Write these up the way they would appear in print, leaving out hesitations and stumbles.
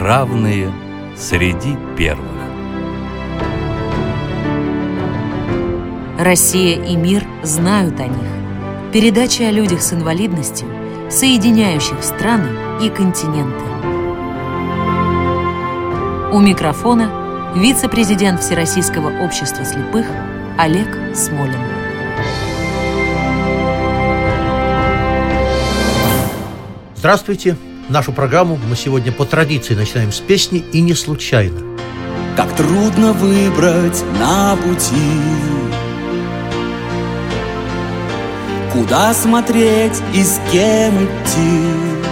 равные среди первых. Россия и мир знают о них. Передача о людях с инвалидностью, соединяющих страны и континенты. У микрофона вице-президент Всероссийского общества слепых Олег Смолин. Здравствуйте! Нашу программу мы сегодня по традиции начинаем с песни, и не случайно. Как трудно выбрать на пути, куда смотреть и с кем идти.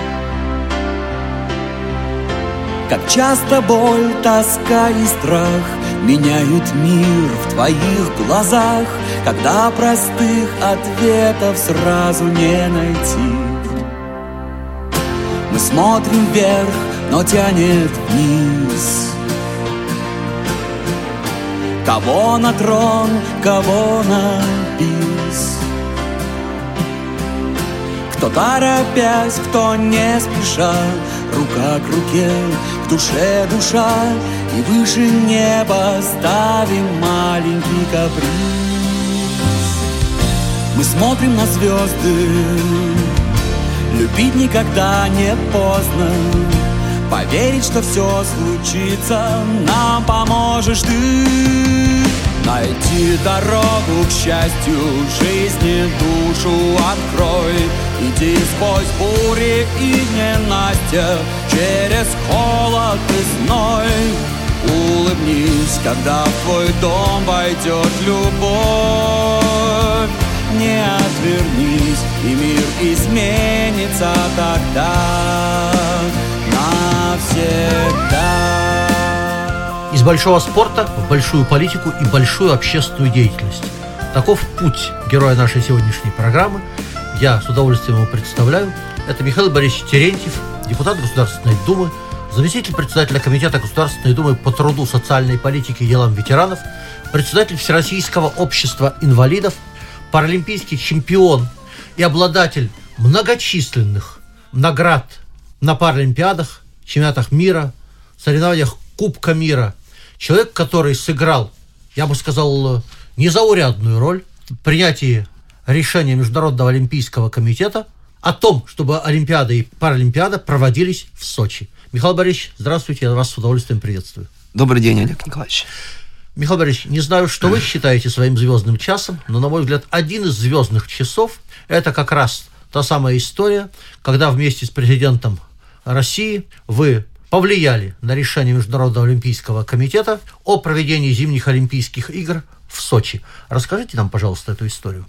Как часто боль, тоска и страх меняют мир в твоих глазах, когда простых ответов сразу не найти. Мы смотрим вверх, но тянет вниз. Кого на трон, кого на бис. Кто торопясь, кто не спеша, рука к руке, к душе душа, и выше неба ставим маленький каприз. Мы смотрим на звезды, любить никогда не поздно. Поверить, что все случится, нам поможешь ты. Найти дорогу к счастью, жизни душу открой. Иди сквозь бури и ненастья, через холод и зной. Улыбнись, когда в твой дом войдет любовь. Не отвернись, и мир изменится тогда навсегда. Из большого спорта в большую политику и большую общественную деятельность. Таков путь героя нашей сегодняшней программы. Я с удовольствием его представляю. Это Михаил Борисович Терентьев, депутат Государственной Думы, заместитель председателя Комитета Государственной Думы по труду, социальной политике и делам ветеранов, председатель Всероссийского общества инвалидов, паралимпийский чемпион и обладатель многочисленных наград на паралимпиадах, чемпионатах мира, соревнованиях Кубка мира. Человек, который сыграл, я бы сказал, незаурядную роль в принятии решения Международного олимпийского комитета о том, чтобы Олимпиада и Паралимпиада проводились в Сочи. Михаил Борисович, здравствуйте, я вас с удовольствием приветствую. Добрый день, Олег Николаевич. Михаил Борисович, не знаю, что вы считаете своим звездным часом, но, на мой взгляд, один из звездных часов – это как раз та самая история, когда вместе с президентом России вы повлияли на решение Международного олимпийского комитета о проведении зимних Олимпийских игр в Сочи. Расскажите нам, пожалуйста, эту историю.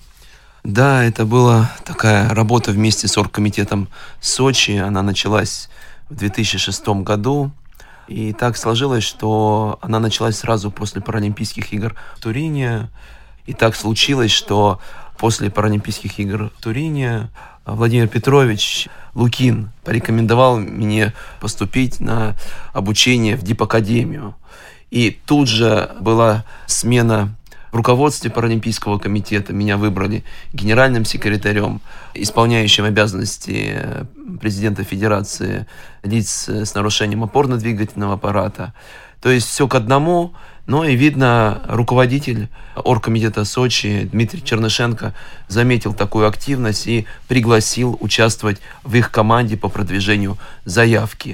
Да, это была такая работа вместе с оргкомитетом Сочи. Она началась в 2006 году. И так сложилось, что она началась сразу после Паралимпийских игр в Турине. И так случилось, что после Паралимпийских игр в Турине Владимир Петрович Лукин порекомендовал мне поступить на обучение в дипакадемию. И тут же была смена в руководстве Паралимпийского комитета. Меня выбрали генеральным секретарем, исполняющим обязанности президента Федерации лиц с нарушением опорно-двигательного аппарата. То есть все к одному. Но и, видно, руководитель оргкомитета Сочи Дмитрий Чернышенко заметил такую активность и пригласил участвовать в их команде по продвижению заявки.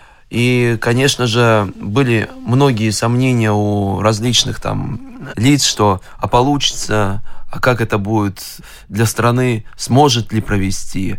И, конечно же, были многие сомнения у различных там лиц, что получится, а как это будет для страны, сможет ли провести.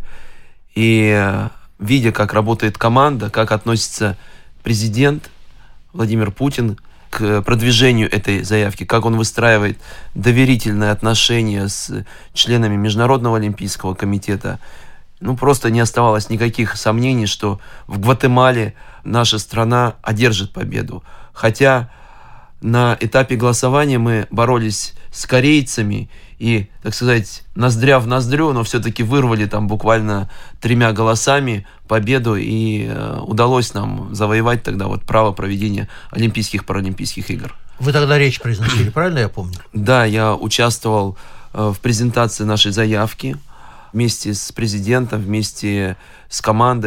И видя, как работает команда, как относится президент Владимир Путин к продвижению этой заявки, как он выстраивает доверительные отношения с членами Международного олимпийского комитета, просто не оставалось никаких сомнений, что в Гватемале наша страна одержит победу. Хотя на этапе голосования мы боролись с корейцами и, так сказать, ноздря в ноздрю, но все-таки вырвали там буквально 3 голосами победу, и удалось нам завоевать тогда право проведения Олимпийских Паралимпийских игр. Вы тогда речь произносили, правильно я помню? Да, я участвовал в презентации нашей заявки вместе с президентом, вместе с командой.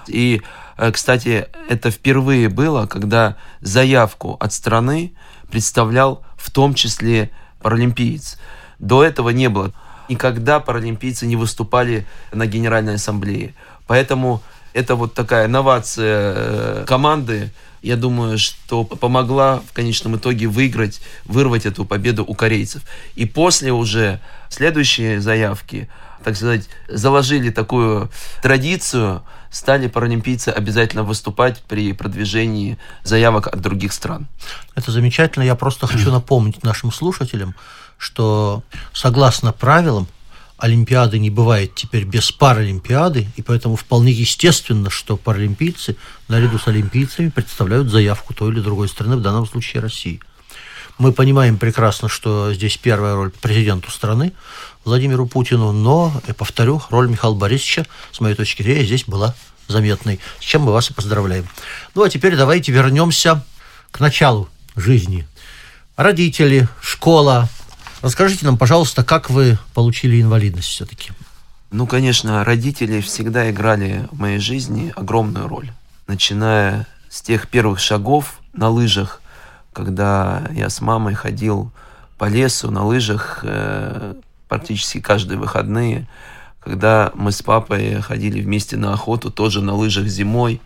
И, кстати, это впервые было, когда заявку от страны представлял в том числе паралимпиец. До этого не было. Никогда паралимпийцы не выступали на Генеральной Ассамблее. Поэтому это вот такая новация команды, я думаю, что помогла в конечном итоге вырвать эту победу у корейцев. И после уже следующие заявки, так сказать, заложили такую традицию, стали паралимпийцы обязательно выступать при продвижении заявок от других стран. Это замечательно. Я просто хочу напомнить нашим слушателям, что согласно правилам Олимпиады не бывает теперь без паралимпиады, и поэтому вполне естественно, что паралимпийцы наряду с олимпийцами представляют заявку той или другой страны, в данном случае России. Мы понимаем прекрасно, что здесь первая роль президенту страны, Владимиру Путину, но, я повторю, роль Михаила Борисовича, с моей точки зрения, здесь была заметной, с чем мы вас и поздравляем. Ну, а теперь давайте вернемся к началу жизни. Родители, школа. Расскажите нам, пожалуйста, как вы получили инвалидность все-таки? Ну, конечно, родители всегда играли в моей жизни огромную роль. Начиная с тех первых шагов на лыжах, когда я с мамой ходил по лесу на лыжах практически каждые выходные, когда мы с папой ходили вместе на охоту, тоже на лыжах зимой.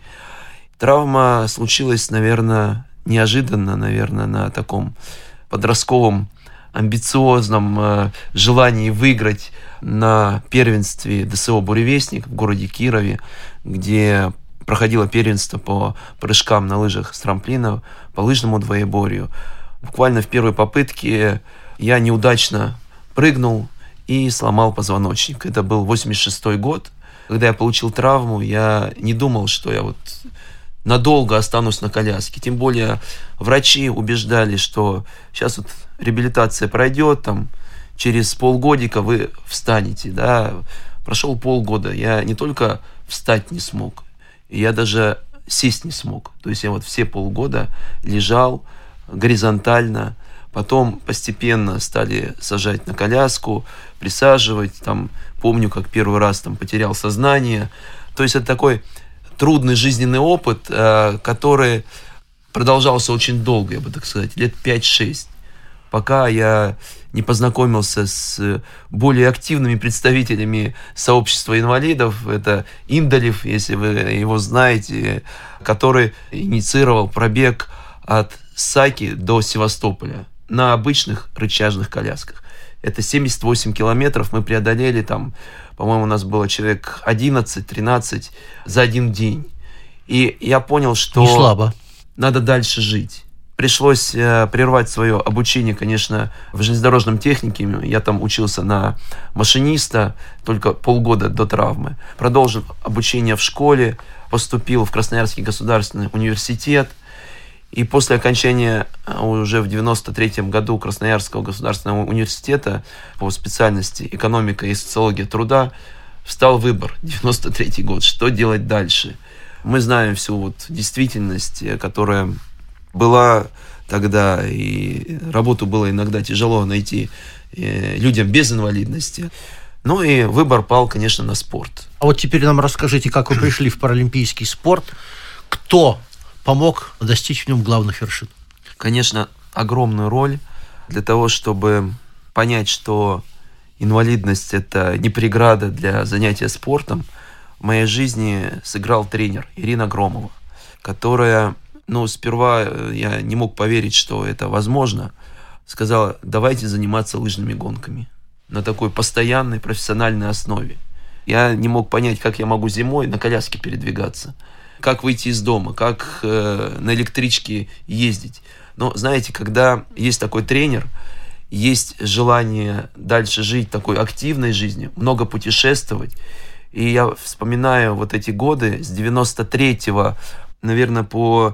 Травма случилась, наверное, неожиданно, на таком подростковом амбициозном желании выиграть на первенстве ДСО «Буревестник» в городе Кирове, где проходило первенство по прыжкам на лыжах с трамплина, по лыжному двоеборью. Буквально в первой попытке я неудачно прыгнул и сломал позвоночник. Это был 86-й год. Когда я получил травму, я не думал, что я надолго останусь на коляске. Тем более врачи убеждали, что сейчас реабилитация пройдет, через полгодика вы встанете. Да? Прошел полгода, я не только встать не смог, я даже сесть не смог. То есть я все полгода лежал горизонтально, потом постепенно стали сажать на коляску, присаживать. Помню, как первый раз потерял сознание. То есть это такой трудный жизненный опыт, который продолжался очень долго, я бы так сказать, лет 5-6, пока я не познакомился с более активными представителями сообщества инвалидов. Это Индалев, если вы его знаете, который инициировал пробег от Саки до Севастополя на обычных рычажных колясках. Это 78 километров мы преодолели, по-моему, у нас было человек 11-13 за один день. И я понял, что не слабо. Надо дальше жить. Пришлось прервать свое обучение, конечно, в железнодорожном техникуме. Я учился на машиниста только полгода до травмы. Продолжил обучение в школе, поступил в Красноярский государственный университет. И после окончания уже в 93-м году Красноярского государственного университета по специальности экономика и социология труда встал выбор, 93-й год, что делать дальше. Мы знаем всю действительность, которая была тогда, и работу было иногда тяжело найти людям без инвалидности. Ну и выбор пал, конечно, на спорт. А теперь нам расскажите, как вы пришли в паралимпийский спорт, кто помог достичь в нем главных вершин? Конечно, огромную роль для того, чтобы понять, что инвалидность – это не преграда для занятия спортом, в моей жизни сыграл тренер Ирина Громова, которая, сперва я не мог поверить, что это возможно, сказала: давайте заниматься лыжными гонками на такой постоянной профессиональной основе. Я не мог понять, как я могу зимой на коляске передвигаться, как выйти из дома, как на электричке ездить. Но знаете, когда есть такой тренер, есть желание дальше жить такой активной жизнью, много путешествовать. И я вспоминаю эти годы с 93-го, наверное, по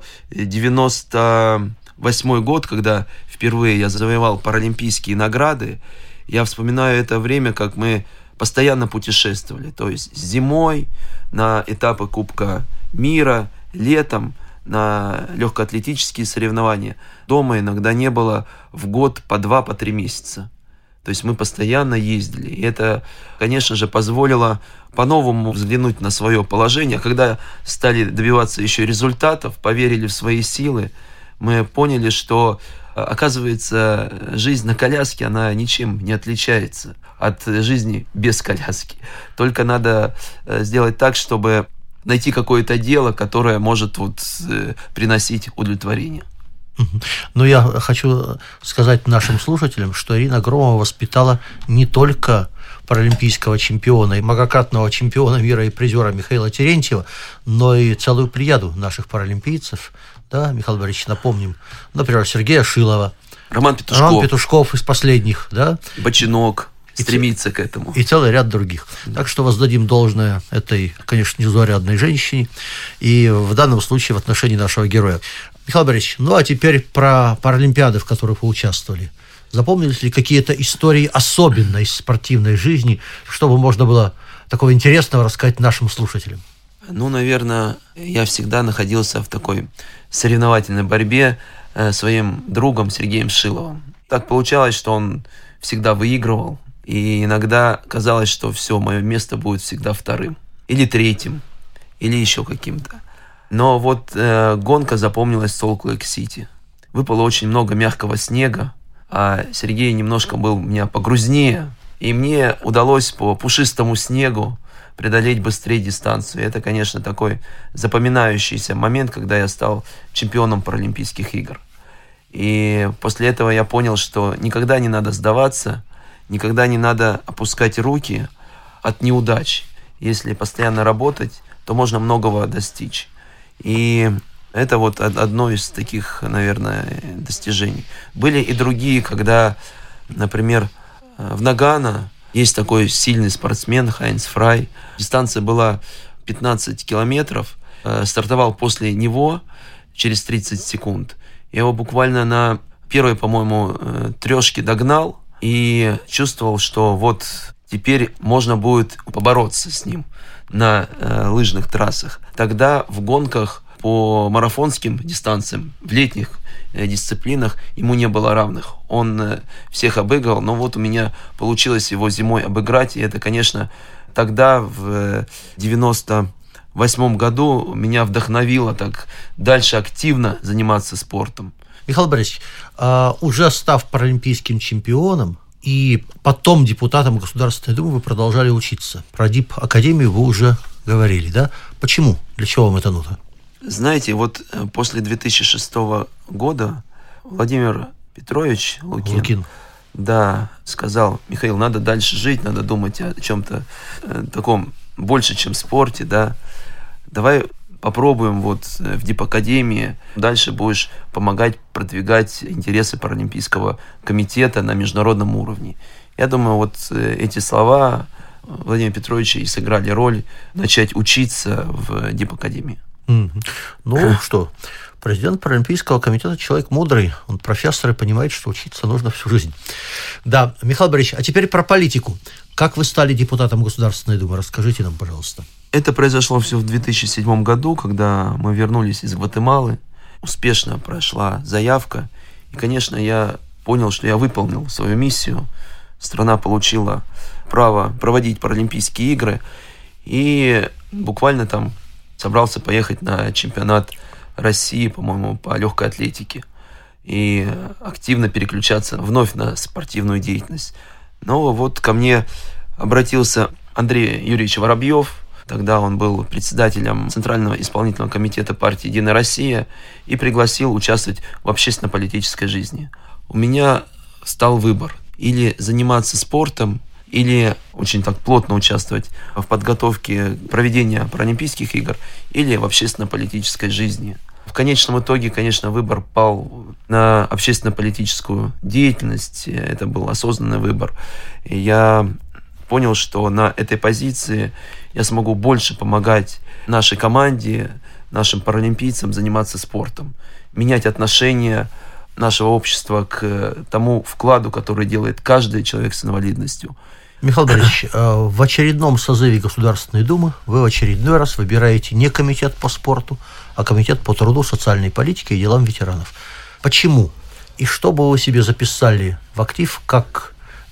98-й год, когда впервые я завоевал паралимпийские награды. Я вспоминаю это время, как мы постоянно путешествовали. То есть зимой на этапы Кубка мира, летом на легкоатлетические соревнования. Дома иногда не было в год по 2-3 месяца. То есть мы постоянно ездили. И это, конечно же, позволило по-новому взглянуть на свое положение. Когда стали добиваться еще результатов, поверили в свои силы, мы поняли, что, оказывается, жизнь на коляске, она ничем не отличается от жизни без коляски. Только надо сделать так, чтобы найти какое-то дело, которое может приносить удовлетворение. Но я хочу сказать нашим слушателям, что Ирина Громова воспитала не только паралимпийского чемпиона и многократного чемпиона мира и призера Михаила Терентьева, но и целую плеяду наших паралимпийцев. Да, Михаил Борисович, напомним, например, Сергея Шилова, Роман Петушков из последних, да, Бочинок стремится к этому. И целый ряд других. Так что воздадим должное этой, конечно, незаурядной женщине и в данном случае в отношении нашего героя. Михаил Борисович, ну а теперь про паралимпиады, в которых вы участвовали. Запомнились ли какие-то истории особенно из спортивной жизни, чтобы можно было такого интересного рассказать нашим слушателям? Ну, наверное, я всегда находился в такой соревновательной борьбе своим другом Сергеем Шиловым. Так получалось, что он всегда выигрывал, и иногда казалось, что все, мое место будет всегда вторым, или третьим, или еще каким-то. Но гонка запомнилась в Солт-Лейк-Сити. Выпало очень много мягкого снега, а Сергей немножко был у меня погрузнее, и мне удалось по пушистому снегу преодолеть быстрее дистанцию. И это, конечно, такой запоминающийся момент, когда я стал чемпионом Паралимпийских игр. И после этого я понял, что никогда не надо сдаваться, никогда не надо опускать руки от неудач. Если постоянно работать, то можно многого достичь. И это одно из таких, наверное, достижений. Были и другие, когда, например, в Нагано есть такой сильный спортсмен Хайнц Фрай. Дистанция была 15 километров. Стартовал после него через 30 секунд. Я его буквально на первой, по-моему, трешке догнал и чувствовал, что теперь можно будет побороться с ним на лыжных трассах. Тогда в гонках по марафонским дистанциям, в летних дисциплинах ему не было равных. Он всех обыграл, но у меня получилось его зимой обыграть. И это, конечно, тогда, в 98 году, меня вдохновило так дальше активно заниматься спортом. Михаил Борисович, уже став паралимпийским чемпионом и потом депутатом Государственной Думы, вы продолжали учиться. Про Дип-академию вы уже говорили, да? Почему? Для чего вам это нужно? Знаете, после 2006 года Владимир Петрович Лукин. Да, сказал: Михаил, надо дальше жить, надо думать о чем-то таком больше, чем спорте, да. Давай попробуем в Дип-академии. Дальше будешь помогать продвигать интересы Паралимпийского комитета на международном уровне. Я думаю, эти слова Владимира Петровича и сыграли роль начать учиться в Дип-академии. Ну что, президент Паралимпийского комитета человек мудрый, он профессор и понимает, что учиться нужно всю жизнь. Да, Михаил Борисович, а теперь про политику. Как вы стали депутатом Государственной Думы? Расскажите нам, пожалуйста. Это произошло все в 2007 году, когда мы вернулись из Гватемалы. Успешно прошла заявка. И, конечно, я понял, что я выполнил свою миссию. Страна получила право проводить Паралимпийские игры. И буквально там собрался поехать на чемпионат России, по-моему, по легкой атлетике. И активно переключаться вновь на спортивную деятельность. Но ко мне обратился Андрей Юрьевич Воробьев. Тогда он был председателем Центрального исполнительного комитета партии «Единая Россия» и пригласил участвовать в общественно-политической жизни. У меня стал выбор: или заниматься спортом, или очень так плотно участвовать в подготовке проведения Паралимпийских игр, или в общественно-политической жизни. В конечном итоге, конечно, выбор пал на общественно-политическую деятельность. Это был осознанный выбор. И я понял, что на этой позиции я смогу больше помогать нашей команде, нашим паралимпийцам заниматься спортом, менять отношение нашего общества к тому вкладу, который делает каждый человек с инвалидностью. Михаил Борисович, в очередном созыве Государственной Думы вы в очередной раз выбираете не комитет по спорту, а комитет по труду, социальной политике и делам ветеранов. Почему? И что бы вы себе записали в актив как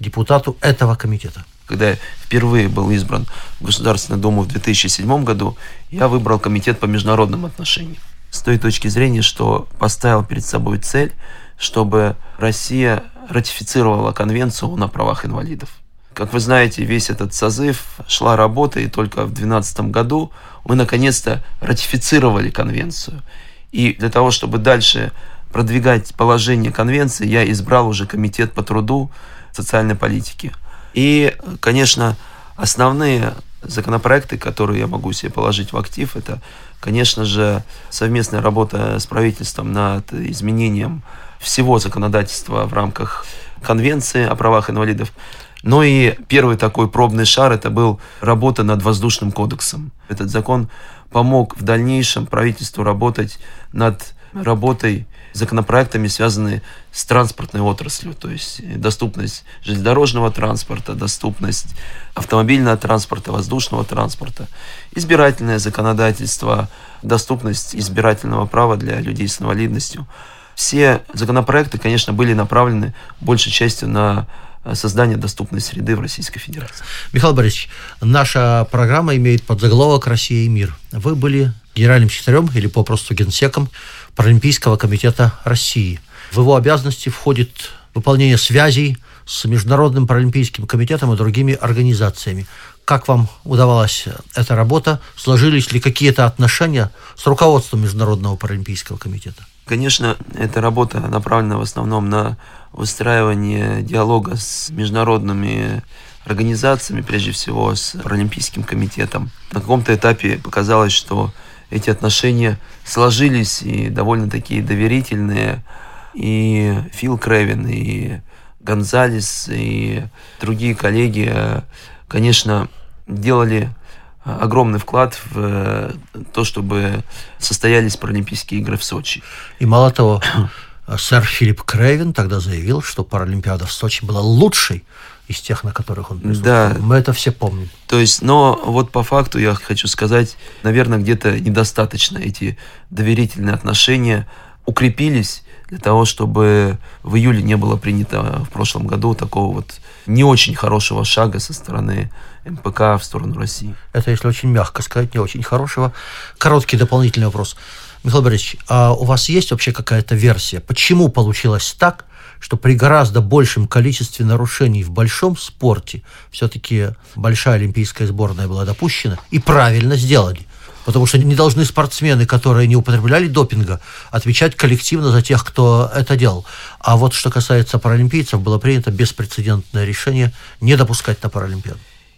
депутату этого комитета? Когда я впервые был избран в Государственную Думу в 2007 году, я выбрал комитет по международным отношениям. С той точки зрения, что поставил перед собой цель, чтобы Россия ратифицировала Конвенцию о правах инвалидов. Как вы знаете, весь этот созыв шла работа, и только в 2012 году мы наконец-то ратифицировали Конвенцию. И для того, чтобы дальше продвигать положение Конвенции, я избрал уже Комитет по труду, социальной политике. И, конечно, основные законопроекты, которые я могу себе положить в актив, это, конечно же, совместная работа с правительством над изменением всего законодательства в рамках Конвенции о правах инвалидов. Но и первый такой пробный шар – это был работа над Воздушным кодексом. Этот закон помог в дальнейшем правительству работать над работой, законопроектами, связанные с транспортной отраслью, то есть доступность железнодорожного транспорта, доступность автомобильного транспорта, воздушного транспорта, избирательное законодательство, доступность избирательного права для людей с инвалидностью. Все законопроекты, конечно, были направлены большей частью на создание доступной среды в Российской Федерации. Михаил Борисович, наша программа имеет подзаголовок «Россия и мир». Вы были генеральным секретарем или попросту генсеком Паралимпийского комитета России. В его обязанности входит выполнение связей с Международным паралимпийским комитетом и другими организациями. Как вам удавалась эта работа? Сложились ли какие-то отношения с руководством Международного паралимпийского комитета? Конечно, эта работа направлена в основном на выстраивание диалога с международными организациями, прежде всего с Паралимпийским комитетом. На каком-то этапе показалось, что эти отношения сложились и довольно такие доверительные. И Фил Кревин, и Гонзалес, и другие коллеги, конечно, делали огромный вклад в то, чтобы состоялись Паралимпийские игры в Сочи. И мало того, сэр Филипп Кревин тогда заявил, что Паралимпиада в Сочи была лучшей из тех, на которых он присутствовал. Да. Мы это все помним. То есть, но вот по факту я хочу сказать, наверное, где-то недостаточно эти доверительные отношения укрепились для того, чтобы в июле не было принято в прошлом году такого вот не очень хорошего шага со стороны МПК в сторону России. Это, если очень мягко сказать, не очень хорошего. Короткий дополнительный вопрос. Михаил Борисович, а у вас есть вообще какая-то версия, почему получилось так, что при гораздо большем количестве нарушений в большом спорте все-таки большая олимпийская сборная была допущена и правильно сделали? Потому что не должны спортсмены, которые не употребляли допинга, отвечать коллективно за тех, кто это делал. А вот что касается паралимпийцев, было принято беспрецедентное решение не допускать на Паралимпиаду.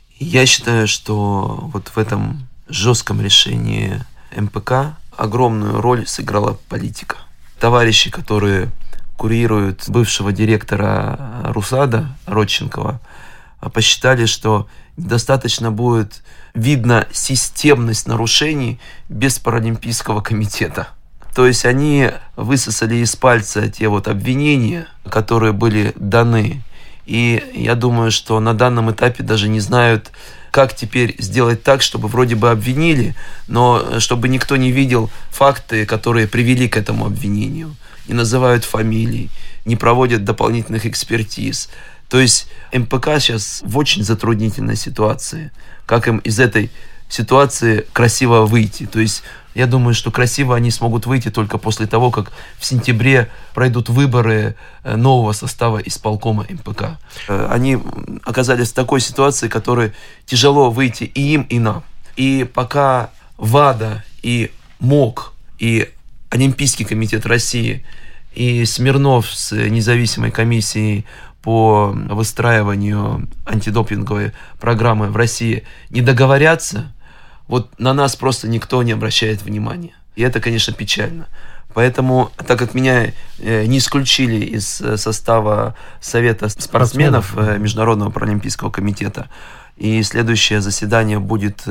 Я считаю, что вот в этом жестком решении МПК огромную роль сыграла политика. Товарищи, которые курируют бывшего директора РУСАДА Родченкова, посчитали, что недостаточно будет видно системность нарушений без Паралимпийского комитета. То есть они высосали из пальца те вот обвинения, которые были даны. И я думаю, что на данном этапе даже не знают, как теперь сделать так, чтобы вроде бы обвинили, но чтобы никто не видел факты, которые привели к этому обвинению. Не называют фамилий, не проводят дополнительных экспертиз. То есть МПК сейчас в очень затруднительной ситуации. Как им из этой ситуации красиво выйти? То есть я думаю, что красиво они смогут выйти только после того, как в сентябре пройдут выборы нового состава исполкома МПК. Они оказались в такой ситуации, которой тяжело выйти и им, и нам. И пока ВАДА, и МОК, и Олимпийский комитет России, и Смирнов с независимой комиссией по выстраиванию антидопинговой программы в России не договорятся, вот на нас просто никто не обращает внимания. И это, конечно, печально. Поэтому, так как меня не исключили из состава Совета спортсменов Международного паралимпийского комитета, и следующее заседание будет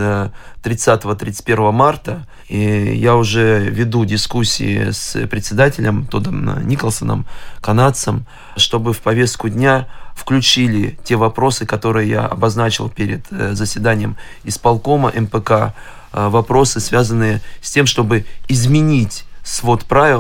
30-31 марта, и я уже веду дискуссии с председателем Тодом Николсоном, канадцем, чтобы в повестку дня включили те вопросы, которые я обозначил перед заседанием исполкома МПК, вопросы, связанные с тем, чтобы изменить свод правил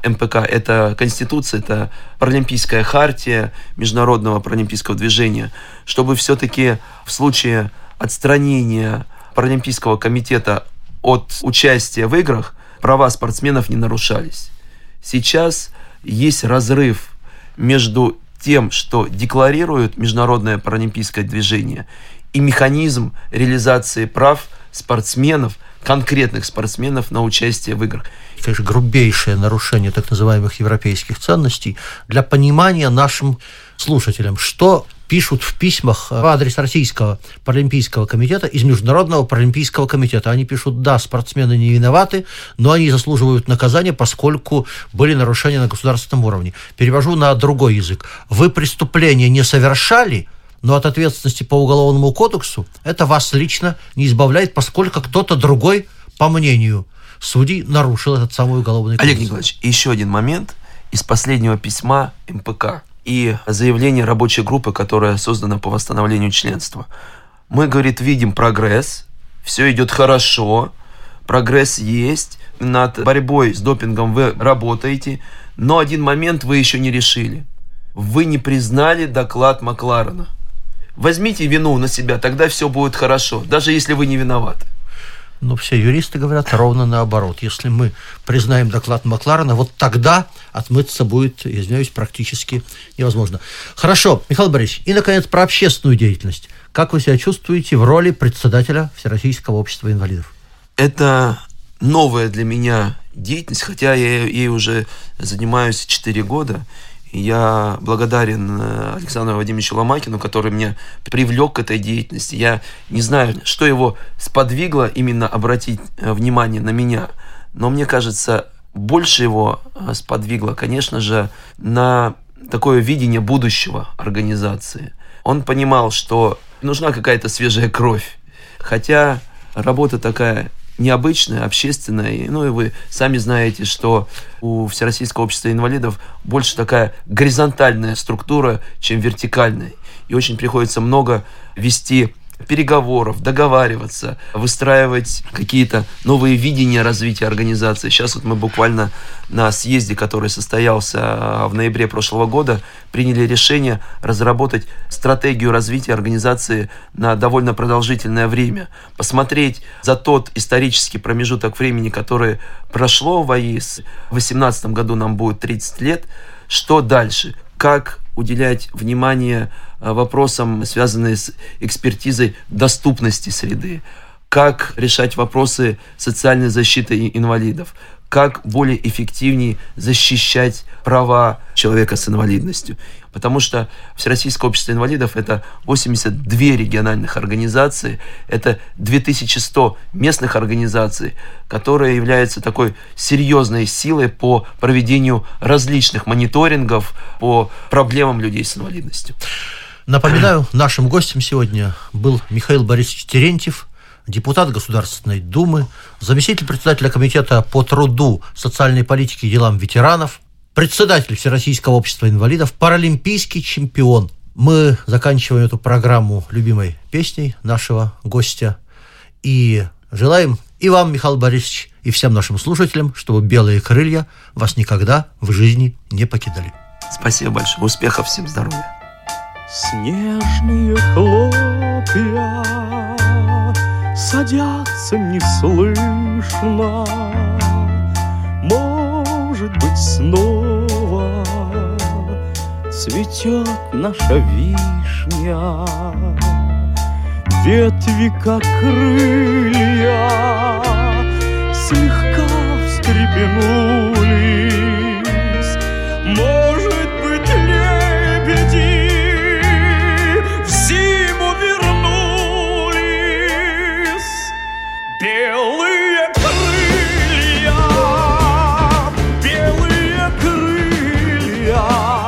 МПК – это Конституция, это Паралимпийская хартия Международного паралимпийского движения, чтобы все-таки в случае отстранения Паралимпийского комитета от участия в играх права спортсменов не нарушались. Сейчас есть разрыв между тем, что декларирует Международное паралимпийское движение, и механизм реализации прав спортсменов, конкретных спортсменов на участие в играх. Конечно, грубейшее нарушение так называемых европейских ценностей. Для понимания нашим слушателям, что пишут в письмах в адрес Российского паралимпийского комитета из Международного паралимпийского комитета. Они пишут: да, спортсмены не виноваты, но они заслуживают наказания, поскольку были нарушения на государственном уровне. Перевожу на другой язык. Вы преступления не совершали, но от ответственности по Уголовному кодексу это вас лично не избавляет, поскольку кто-то другой, по мнению судей, нарушил этот самый Уголовный кодекс. Олег Николаевич, еще один момент из последнего письма МПК и заявление рабочей группы, которая создана по восстановлению членства. Мы, говорит, видим прогресс, все идет хорошо, прогресс есть, над борьбой с допингом вы работаете, но один момент вы еще не решили. Вы не признали доклад Макларена. Возьмите вину на себя, тогда все будет хорошо, даже если вы не виноваты. Но все юристы говорят ровно наоборот. Если мы признаем доклад Макларена, вот тогда отмыться будет, извиняюсь, практически невозможно. Хорошо, Михаил Борисович, и, наконец, про общественную деятельность. Как вы себя чувствуете в роли председателя Всероссийского общества инвалидов? Это новая для меня деятельность, хотя я ей уже занимаюсь 4 года. Я благодарен Александру Вадимовичу Ломакину, который меня привлек к этой деятельности. Я не знаю, что его сподвигло именно обратить внимание на меня, но мне кажется, больше его сподвигло, конечно же, на такое видение будущего организации. Он понимал, что нужна какая-то свежая кровь, хотя работа такая необычная, общественная. Ну и вы сами знаете, что у Всероссийского общества инвалидов больше такая горизонтальная структура, чем вертикальная. И очень приходится много вести переговоров, договариваться, выстраивать какие-то новые видения развития организации. Сейчас вот мы буквально на съезде, который состоялся в ноябре прошлого года, приняли решение разработать стратегию развития организации на довольно продолжительное время. Посмотреть за тот исторический промежуток времени, который прошло в АИС. В 2018 году нам будет 30 лет. Что дальше? Как уделять внимание вопросам, связанным с экспертизой доступности среды, как решать вопросы социальной защиты инвалидов, как более эффективнее защищать права человека с инвалидностью. Потому что Всероссийское общество инвалидов – это 82 региональных организации, это 2100 местных организаций, которые являются такой серьезной силой по проведению различных мониторингов по проблемам людей с инвалидностью. Напоминаю, нашим гостем сегодня был Михаил Борисович Терентьев, депутат Государственной Думы, заместитель председателя Комитета по труду, социальной политике и делам ветеранов, председатель Всероссийского общества инвалидов, паралимпийский чемпион. Мы заканчиваем эту программу любимой песней нашего гостя и желаем и вам, Михаил Борисович, и всем нашим слушателям, чтобы белые крылья вас никогда в жизни не покидали. Спасибо большое. Успехов, всем здоровья. Снежные хлопья садятся неслышно. Может быть, снова цветет наша вишня. Ветви, как крылья, слегка встрепенулись. Может быть, лебеди в зиму вернулись. Белые крылья, белые крылья,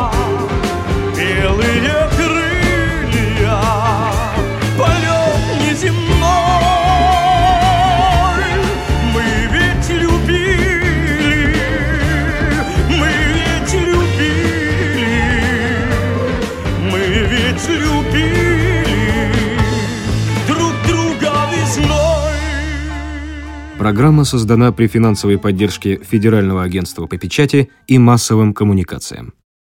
белые крылья, полет неземной. Мы ведь любили, мы ведь любили, мы ведь любили друг друга весной. Программа создана при финансовой поддержке Федерального агентства по печати и массовым коммуникациям.